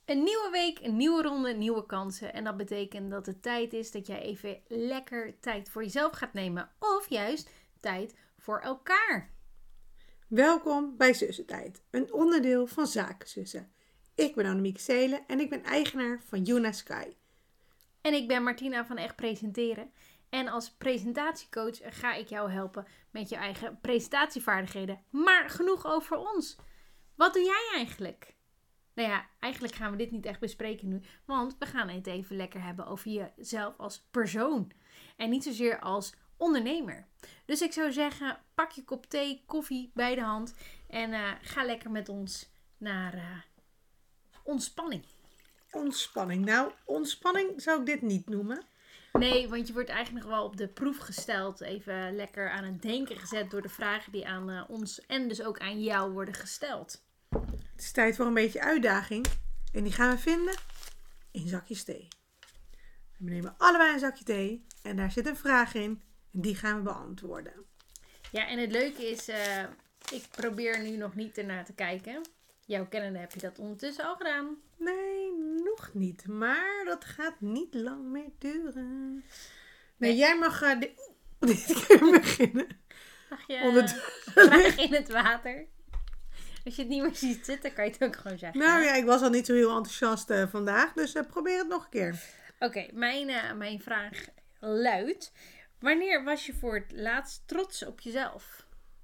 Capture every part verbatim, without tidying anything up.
Een nieuwe week, een nieuwe ronde, nieuwe kansen. En dat betekent dat het tijd is dat jij even lekker tijd voor jezelf gaat nemen. Of juist tijd voor elkaar. Welkom bij Zussentijd, een onderdeel van Zakenzussen. Ik ben Annemieke Seelen en ik ben eigenaar van Yuna Sky. En ik ben Martina van Echt Presenteren. En als presentatiecoach ga ik jou helpen met je eigen presentatievaardigheden. Maar genoeg over ons. Wat doe jij eigenlijk? Nou ja, eigenlijk gaan we dit niet echt bespreken nu. Want we gaan het even lekker hebben over jezelf als persoon. En niet zozeer als ondernemer. Dus ik zou zeggen, pak je kop thee, koffie bij de hand. En uh, ga lekker met ons naar uh, ontspanning. Ontspanning. Nou, ontspanning zou ik dit niet noemen. Nee, want je wordt eigenlijk nog wel op de proef gesteld. Even lekker aan het denken gezet door de vragen die aan uh, ons en dus ook aan jou worden gesteld. Het is tijd voor een beetje uitdaging. En die gaan we vinden in zakjes thee. We nemen allebei een zakje thee. En daar zit een vraag in. En die gaan we beantwoorden. Ja, en het leuke is, uh, ik probeer nu nog niet ernaar te kijken. Jouw kennende heb je dat ondertussen al gedaan. Nee, nog niet. Maar dat gaat niet lang meer duren. Nee, Nee. jij mag uh, dit, dit keer beginnen. Mag je Ondertussen- graag in het water? Als je het niet meer ziet zitten, kan je het ook gewoon zeggen. Nou ja, ik was al niet zo heel enthousiast uh, vandaag. Dus uh, probeer het nog een keer. Oké, okay, mijn, uh, mijn vraag luidt. Wanneer was je voor het laatst trots op jezelf?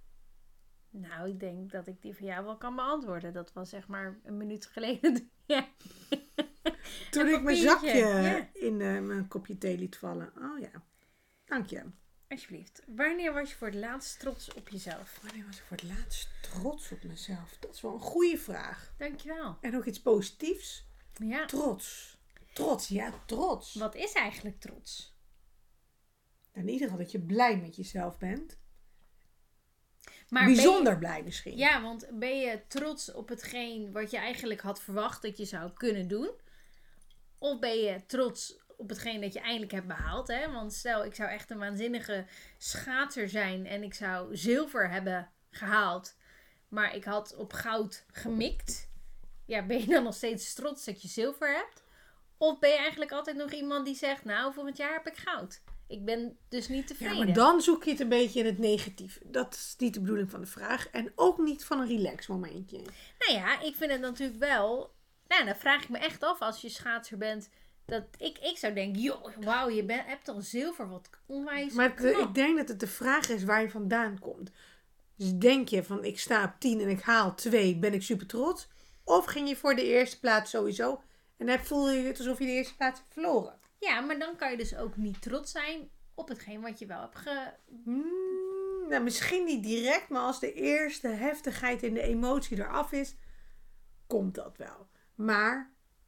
Nou, ik denk dat ik die van jou wel kan beantwoorden. Dat was zeg maar een minuut geleden. Ja. Toen Een ik mijn papiertje, zakje ja. in uh, mijn kopje thee liet vallen. Oh ja, dank je. Alsjeblieft. Wanneer was je voor het laatst trots op jezelf? Wanneer was ik voor het laatst trots op mezelf? Dat is wel een goede vraag. Dankjewel. En ook iets positiefs. Ja. Trots. Trots, ja, trots. Wat is eigenlijk trots? In ieder geval dat je blij met jezelf bent. Maar Bijzonder ben je, blij misschien. Ja, want ben je trots op hetgeen wat je eigenlijk had verwacht dat je zou kunnen doen? Of ben je trots op hetgeen dat je eindelijk hebt behaald? Hè? Want stel, ik zou echt een waanzinnige schaatser zijn en ik zou zilver hebben gehaald. Maar ik had op goud gemikt. Ja, ben je dan nog steeds trots dat je zilver hebt? Of ben je eigenlijk altijd nog iemand die zegt, nou, volgend jaar heb ik goud. Ik ben dus niet tevreden. Ja, maar dan zoek je het een beetje in het negatieve. Dat is niet de bedoeling van de vraag. En ook niet van een relax momentje. Nou ja, ik vind het natuurlijk wel... Nou, dan vraag ik me echt af als je schaatser bent. Dat ik, ik zou denken, joh, wauw, je bent, hebt al zilver, wat onwijs Maar het, knap. ik denk dat het de vraag is waar je vandaan komt. Dus denk je van ik sta op tien en ik haal twee, ben ik super trots? Of ging je voor de eerste plaats sowieso en dan voel je het alsof je de eerste plaats hebt verloren? Ja, maar dan kan je dus ook niet trots zijn op hetgeen wat je wel hebt ge... Hmm, nou, misschien niet direct, maar als de eerste heftigheid in de emotie eraf is, komt dat wel. Maar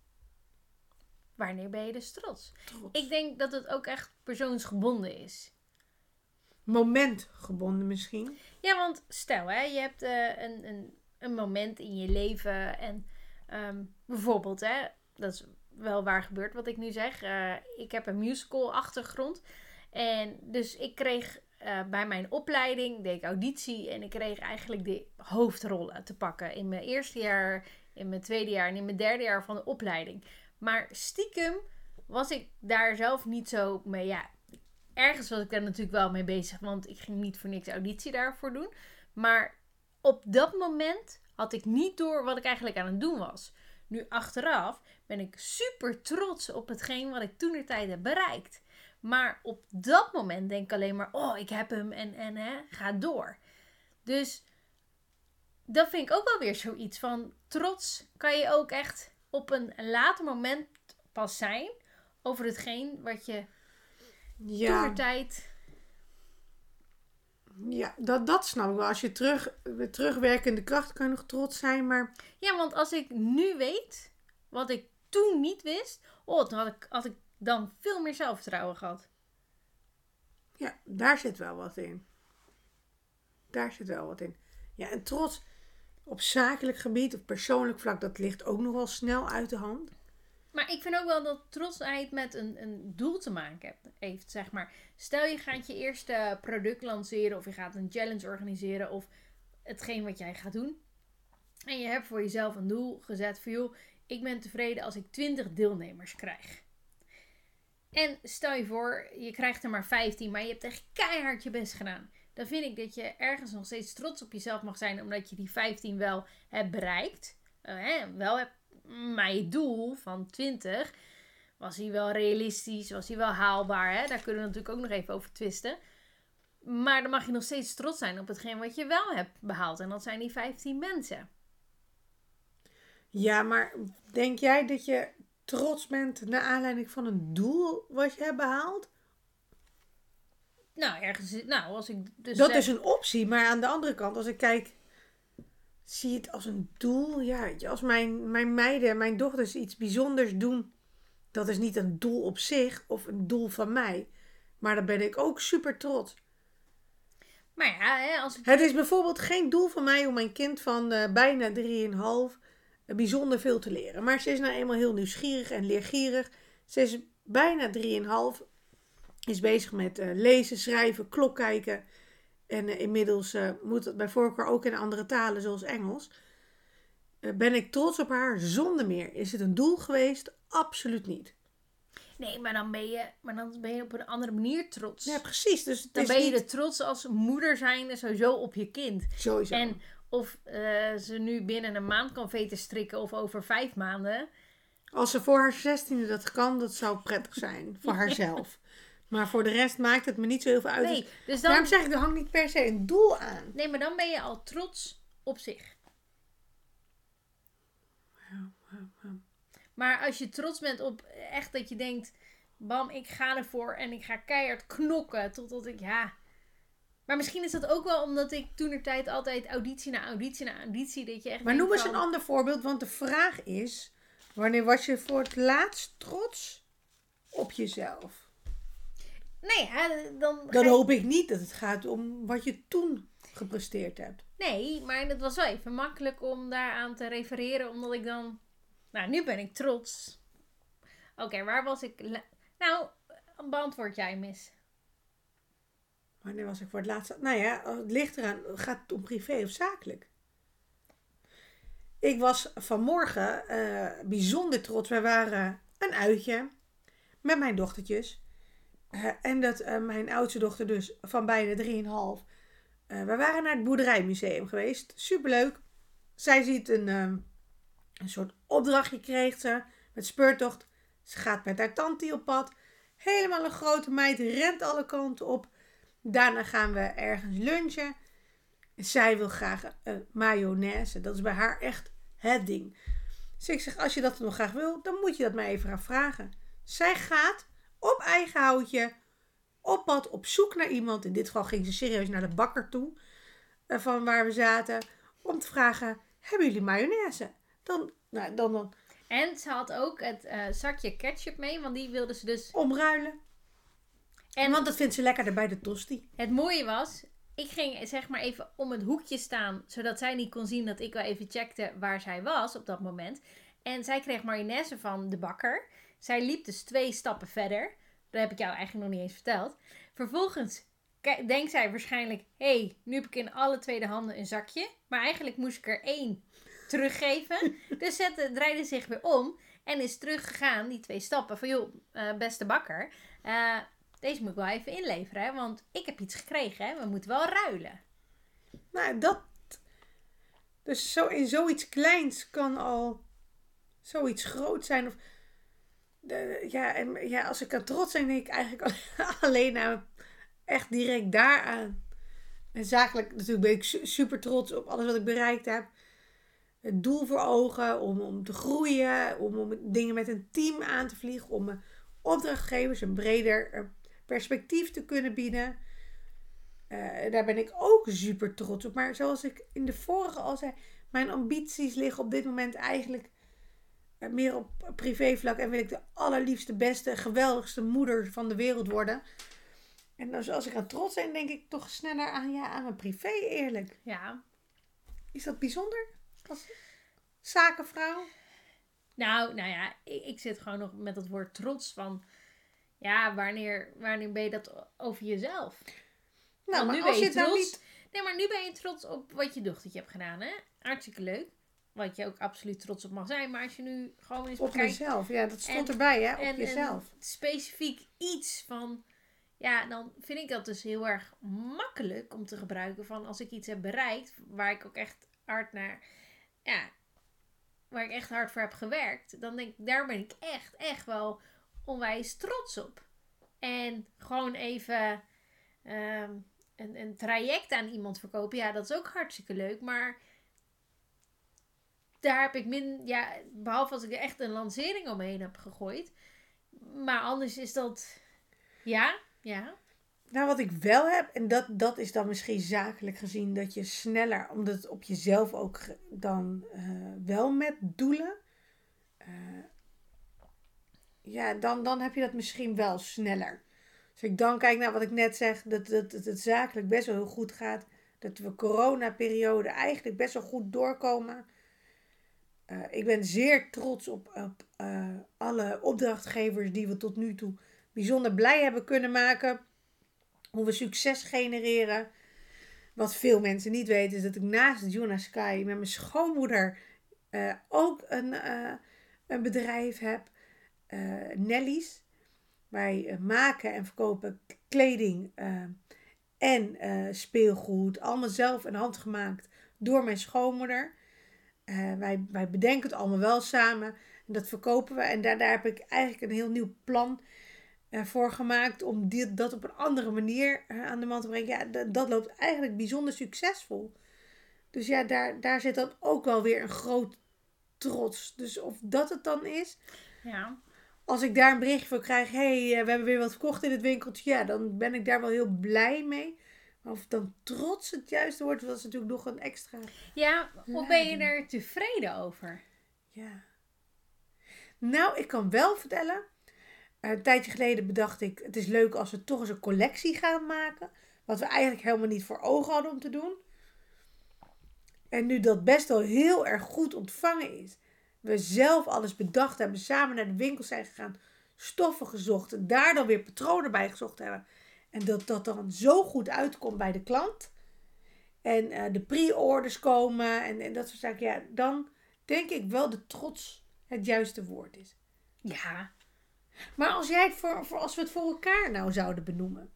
Wanneer ben je dus trots? trots. Ik denk dat het ook echt persoonsgebonden is. Momentgebonden misschien. Ja, want stel, hè, je hebt uh, een, een, een moment in je leven en um, bijvoorbeeld, hè, dat is wel waar gebeurd wat ik nu zeg. Uh, ik heb een musical achtergrond en dus ik kreeg uh, bij mijn opleiding, deed ik auditie en ik kreeg eigenlijk de hoofdrollen te pakken in mijn eerste jaar, in mijn tweede jaar en in mijn derde jaar van de opleiding. Maar stiekem was ik daar zelf niet zo mee, ja... Ergens was ik daar natuurlijk wel mee bezig, want ik ging niet voor niks auditie daarvoor doen. Maar op dat moment had ik niet door wat ik eigenlijk aan het doen was. Nu achteraf ben ik super trots op hetgeen wat ik toentertijd heb bereikt. Maar op dat moment denk ik alleen maar, oh, ik heb hem en, en hè, ga door. Dus dat vind ik ook wel weer zoiets van, trots kan je ook echt op een later moment pas zijn over hetgeen wat je... Ja, toentertijd. ja dat, dat snap ik wel. Als je terug, met terugwerkende kracht kan je nog trots zijn, maar... Ja, want als ik nu weet wat ik toen niet wist, oh, dan had ik, had ik dan veel meer zelfvertrouwen gehad. Ja, daar zit wel wat in. Daar zit wel wat in. Ja, en trots op zakelijk gebied of persoonlijk vlak, dat ligt ook nog wel snel uit de hand. Maar ik vind ook wel dat trotsheid met een, een doel te maken heeft, zeg maar. Stel je gaat je eerste product lanceren of je gaat een challenge organiseren of hetgeen wat jij gaat doen. En je hebt voor jezelf een doel gezet van, joh, ik ben tevreden als ik twintig deelnemers krijg. En stel je voor, je krijgt er maar vijftien, maar je hebt echt keihard je best gedaan. Dan vind ik dat je ergens nog steeds trots op jezelf mag zijn, omdat je die vijftien wel hebt bereikt. Uh, hè, wel hebt, maar je doel van twintig, was hij wel realistisch, was hij wel haalbaar. Hè? Daar kunnen we natuurlijk ook nog even over twisten. Maar dan mag je nog steeds trots zijn op hetgeen wat je wel hebt behaald. En dat zijn die vijftien mensen. Ja, maar denk jij dat je trots bent naar aanleiding van een doel wat je hebt behaald? Nou, ergens... Nou, als ik dus dat zeg, is een optie, maar aan de andere kant, als ik kijk, zie je het als een doel. Ja, als mijn, mijn meiden, mijn dochters iets bijzonders doen, dat is niet een doel op zich of een doel van mij. Maar dan ben ik ook super trots. Maar ja, hè, als ik... Het is bijvoorbeeld geen doel van mij om mijn kind van uh, bijna drieënhalf uh, bijzonder veel te leren. Maar ze is nou eenmaal heel nieuwsgierig en leergierig. Ze is bijna drieënhalf, is bezig met uh, lezen, schrijven, klok kijken. En uh, inmiddels uh, moet het bij voorkeur ook in andere talen zoals Engels. Uh, ben ik trots op haar? Zonder meer. Is het een doel geweest? Absoluut niet. Nee, maar dan ben je, maar dan ben je op een andere manier trots. Ja, precies. Dus het dan is ben je niet... er trots als moeder zijnde sowieso op je kind. Sowieso. En of uh, ze nu binnen een maand kan veten strikken of over vijf maanden. Als ze voor haar zestiende dat kan, dat zou prettig zijn. Voor haarzelf. Maar voor de rest maakt het me niet zo heel veel uit. Nee, dus dus dan... Daarom zeg ik, er hangt niet per se een doel aan. Nee, maar dan ben je al trots op zich. Ja, ja, ja. Maar als je trots bent op echt dat je denkt... Bam, ik ga ervoor en ik ga keihard knokken totdat ik... Ja... Maar misschien is dat ook wel omdat ik toenertijd altijd auditie na auditie na auditie... Dat je echt Maar noem eens van... een ander voorbeeld, want de vraag is... Wanneer was je voor het laatst trots op jezelf? Nee, ja, dan... Dan je... hoop ik niet dat het gaat om wat je toen gepresteerd hebt. Nee, maar het was wel even makkelijk om daaraan te refereren, omdat ik dan... Nou, nu ben ik trots. Oké, okay, waar was ik... Nou, beantwoord jij, mis. Wanneer was ik voor het laatst... Nou ja, het ligt eraan. Gaat het om privé of zakelijk? Ik was vanmorgen uh, bijzonder trots. Wij waren een uitje met mijn dochtertjes. Uh, en dat uh, mijn oudste dochter dus van bijna drieënhalf. Uh, we waren naar het Boerderijmuseum geweest. Superleuk. Zij ziet een, um, een soort opdrachtje kreeg ze met speurtocht. Ze gaat met haar tante op pad. Helemaal een grote meid, rent alle kanten op. Daarna gaan we ergens lunchen. Zij wil graag uh, mayonaise. Dat is bij haar echt het ding. Dus ik zeg, als je dat nog graag wil, dan moet je dat maar even gaan vragen. Zij gaat op eigen houtje op pad, op zoek naar iemand. In dit geval ging ze serieus naar de bakker toe. Uh, van waar we zaten. Om te vragen, hebben jullie mayonaise? Dan, nou, dan, dan. En ze had ook het uh, zakje ketchup mee. Want die wilde ze dus... omruilen. En want dat vindt ze lekkerder bij de tosti. Het mooie was... Ik ging zeg maar even om het hoekje staan, zodat zij niet kon zien dat ik wel even checkte waar zij was op dat moment. En zij kreeg mayonaise van de bakker. Zij liep dus twee stappen verder. Dat heb ik jou eigenlijk nog niet eens verteld. Vervolgens denkt zij waarschijnlijk, hé, hey, nu heb ik in alle tweede handen een zakje. Maar eigenlijk moest ik er één teruggeven. Dus ze draaide zich weer om en is teruggegaan, die twee stappen. Van joh, uh, beste bakker... Uh, Deze moet ik wel even inleveren, hè? Want ik heb iets gekregen, hè? We moeten wel ruilen. Nou, dat... Dus zo in zoiets kleins kan al zoiets groot zijn. Of, de, ja, en, ja, als ik aan trots ben, denk ik eigenlijk alleen aan, echt direct daaraan. En zakelijk natuurlijk ben ik super trots op alles wat ik bereikt heb. Het doel voor ogen, om, om te groeien, om, om dingen met een team aan te vliegen, om mijn opdrachtgevers een breder perspectief te kunnen bieden. Uh, daar ben ik ook super trots op. Maar zoals ik in de vorige al zei, mijn ambities liggen op dit moment eigenlijk uh, meer op privévlak. En wil ik de allerliefste, beste, geweldigste moeder van de wereld worden. En dus als ik aan trots ben, denk ik toch sneller aan, ja, aan mijn privé, eerlijk. Ja. Is dat bijzonder? Als zakenvrouw? Nou, nou ja, ik, ik zit gewoon nog met het woord trots van... Ja, wanneer, wanneer ben je dat over jezelf? Nou, Want maar nu als ben je, je trots... dan niet... Nee, maar nu ben je trots op wat je dochtertje hebt gedaan, hè? Hartstikke leuk. wat je ook absoluut trots op mag zijn. Maar als je nu gewoon eens Op bekijkt... jezelf, ja, dat stond en, erbij, hè? Op en, jezelf. En specifiek iets van... Ja, dan vind ik dat dus heel erg makkelijk om te gebruiken van als ik iets heb bereikt, waar ik ook echt hard naar... Ja, waar ik echt hard voor heb gewerkt. Dan denk ik, daar ben ik echt, echt wel onwijs trots op. En gewoon even um, een, een traject aan iemand verkopen. Ja, dat is ook hartstikke leuk. Maar daar heb ik min... Ja, behalve als ik er echt een lancering omheen heb gegooid. Maar anders is dat... Ja, ja. Nou, wat ik wel heb, en dat, dat is dan misschien zakelijk gezien, dat je sneller, omdat het op jezelf ook dan uh, wel met doelen, uh, ja, dan, dan heb je dat misschien wel sneller. Als ik dan kijk naar wat ik net zeg, dat, dat, dat het zakelijk best wel heel goed gaat, dat we coronaperiode eigenlijk best wel goed doorkomen. Uh, ik ben zeer trots op, op uh, alle opdrachtgevers die we tot nu toe bijzonder blij hebben kunnen maken. Hoe we succes genereren. Wat veel mensen niet weten is dat ik naast Juna Sky met mijn schoonmoeder uh, ook een, uh, een bedrijf heb. Uh, Nelly's. Wij uh, maken en verkopen kleding uh, en uh, speelgoed. Allemaal zelf en handgemaakt door mijn schoonmoeder. Uh, wij, wij bedenken het allemaal wel samen. En dat verkopen we. En daar, daar heb ik eigenlijk een heel nieuw plan voor gemaakt om dit, dat op een andere manier aan de man te brengen. Ja, dat, dat loopt eigenlijk bijzonder succesvol. Dus ja, daar, daar zit dan ook wel weer een groot trots. Dus of dat het dan is. Ja. Als ik daar een berichtje voor krijg, hey, we hebben weer wat verkocht in het winkeltje. Ja, dan ben ik daar wel heel blij mee. Maar of dan trots het juiste wordt, dat is natuurlijk nog een extra... Ja, of ben je er tevreden over? Ja. Nou, ik kan wel vertellen... Een tijdje geleden bedacht ik, het is leuk als we toch eens een collectie gaan maken. Wat we eigenlijk helemaal niet voor ogen hadden om te doen. En nu dat best wel heel erg goed ontvangen is. We zelf alles bedacht hebben, samen naar de winkel zijn gegaan. Stoffen gezocht en daar dan weer patronen bij gezocht hebben. En dat dat dan zo goed uitkomt bij de klant. En uh, de pre-orders komen en, en dat soort zaken. Ja, dan denk ik wel dat trots het juiste woord is. Ja. Maar als, jij het voor, voor, als we het voor elkaar nou zouden benoemen.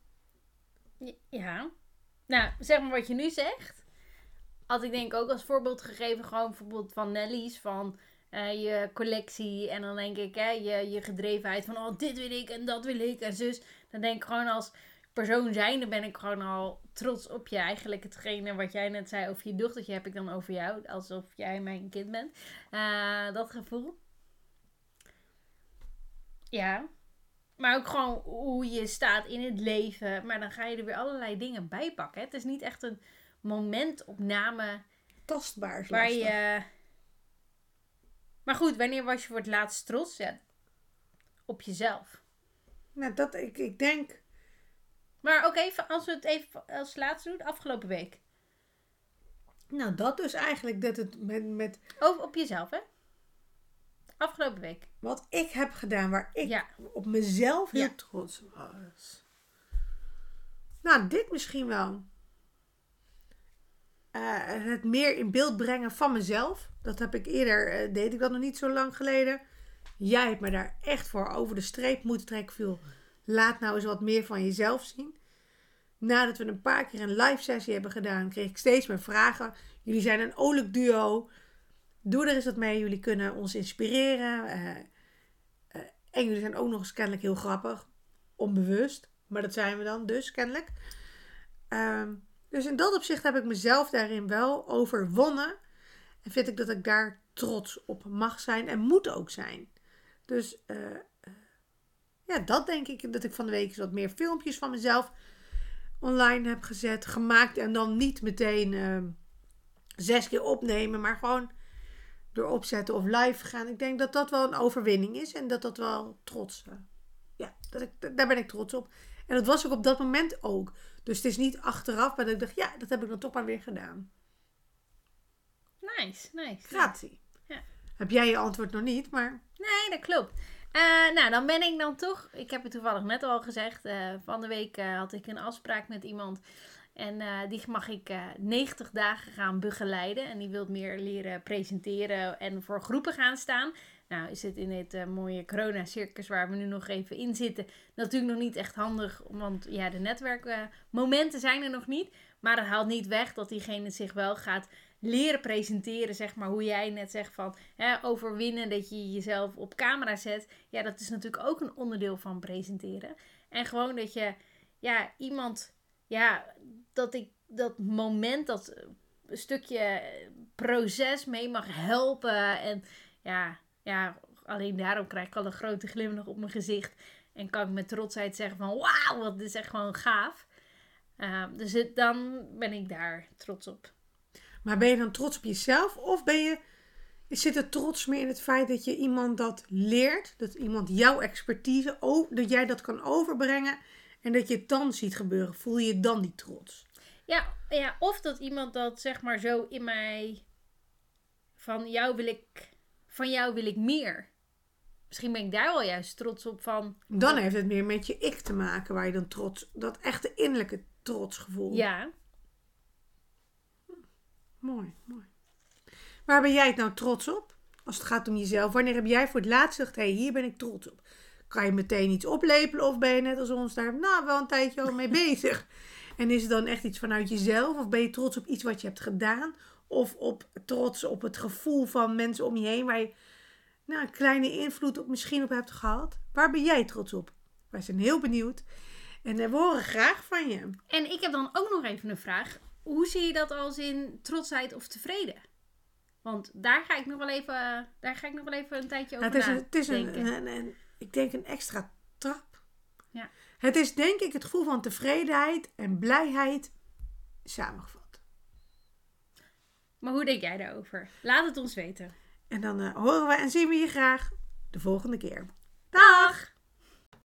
Ja. Nou, zeg maar wat je nu zegt. Had ik denk ook als voorbeeld gegeven. Gewoon bijvoorbeeld van Nelly's. Van uh, je collectie. En dan denk ik hè, je, je gedrevenheid. Van oh dit wil ik en dat wil ik en zus. Dan denk ik gewoon als persoon zijnde ben ik gewoon al trots op je. Eigenlijk hetgene wat jij net zei over je dochtertje heb ik dan over jou. Alsof jij mijn kind bent. Uh, dat gevoel. Ja, maar ook gewoon hoe je staat in het leven. Maar dan ga je er weer allerlei dingen bij pakken. Hè? Het is niet echt een momentopname. Tastbaar. Waar je... Maar goed, wanneer was je voor het laatst trots? Ja, op jezelf. Nou, dat ik, ik denk... Maar ook even, als we het even als laatste doen, afgelopen week. Nou, dat dus eigenlijk dat het met... met... Over op jezelf, hè? Afgelopen week. Wat ik heb gedaan, waar ik ja. op mezelf heel ja. trots was. Nou, dit misschien wel. Uh, het meer in beeld brengen van mezelf. Dat heb ik eerder, uh, deed ik dat nog niet zo lang geleden. Jij hebt me daar echt voor over de streep moeten trekken. Viel. Laat nou eens wat meer van jezelf zien. Nadat we een paar keer een live sessie hebben gedaan, kreeg ik steeds meer vragen. Jullie zijn een oorlijk duo. Doe er eens wat mee. Jullie kunnen ons inspireren. Uh, uh, en jullie zijn ook nog eens kennelijk heel grappig. Onbewust. Maar dat zijn we dan dus kennelijk. Uh, dus in dat opzicht heb ik mezelf daarin wel overwonnen. En vind ik dat ik daar trots op mag zijn. En moet ook zijn. Dus uh, uh, ja, dat denk ik. Dat ik van de week eens wat meer filmpjes van mezelf online heb gezet. Gemaakt. En dan niet meteen uh, zes keer opnemen. Maar gewoon... door opzetten of live gaan. Ik denk dat dat wel een overwinning is. En dat dat wel trots... Uh, ja, dat ik, daar ben ik trots op. En dat was ook op dat moment ook. Dus het is niet achteraf. Maar dat ik dacht, ja, dat heb ik dan toch maar weer gedaan. Nice, nice. Gratie. Ja. Heb jij je antwoord nog niet, maar... Nee, dat klopt. Uh, nou, dan ben ik dan toch... Ik heb het toevallig net al gezegd. Uh, van de week uh, had ik een afspraak met iemand. En uh, die mag ik uh, negentig dagen gaan begeleiden. En die wil meer leren presenteren en voor groepen gaan staan. Nou is het in dit uh, mooie corona-circus waar we nu nog even in zitten natuurlijk nog niet echt handig. Want ja, de netwerkmomenten uh, zijn er nog niet. Maar dat haalt niet weg dat diegene zich wel gaat leren presenteren. Zeg maar hoe jij net zegt van hè, overwinnen dat je jezelf op camera zet. Ja, dat is natuurlijk ook een onderdeel van presenteren. En gewoon dat je ja, iemand... Ja, dat ik dat moment, dat stukje proces mee mag helpen. En ja, ja, alleen daarom krijg ik al een grote glimlach op mijn gezicht. En kan ik met trotsheid zeggen van wauw, wat is echt gewoon gaaf. Uh, dus het, dan ben ik daar trots op. Maar ben je dan trots op jezelf? Of ben je, zit er trots meer in het feit dat je iemand dat leert? Dat iemand jouw expertise, dat jij dat kan overbrengen... En dat je het dan ziet gebeuren, voel je dan die trots? Ja, ja, of dat iemand dat zeg maar zo in mij... Van jou wil ik, van jou wil ik meer. Misschien ben ik daar wel juist trots op van... Dan dat... heeft het meer met je ik te maken, waar je dan trots... Dat echte innerlijke trotsgevoel. Ja. Hm, mooi, mooi. Waar ben jij het nou trots op? Als het gaat om jezelf. Wanneer heb jij voor het laatst gezegd, hé, hey, hier ben ik trots op? Kan je meteen iets oplepelen of ben je net als ons daar nou wel een tijdje al mee bezig? En is het dan echt iets vanuit jezelf? Of ben je trots op iets wat je hebt gedaan? Of op, trots op het gevoel van mensen om je heen waar je nou, een kleine invloed op misschien op hebt gehad? Waar ben jij trots op? Wij zijn heel benieuwd. En we horen graag van je. En ik heb dan ook nog even een vraag. Hoe zie je dat als in trotsheid of tevreden? Want daar ga ik nog wel even, daar ga ik nog wel even een tijdje over nadenken. Ja, het is, een, het is een, een, een, een ik denk een extra trap. Ja. Het is denk ik het gevoel van tevredenheid en blijheid samengevat. Maar hoe denk jij daarover? Laat het ons weten. En dan uh, horen we en zien we je graag de volgende keer.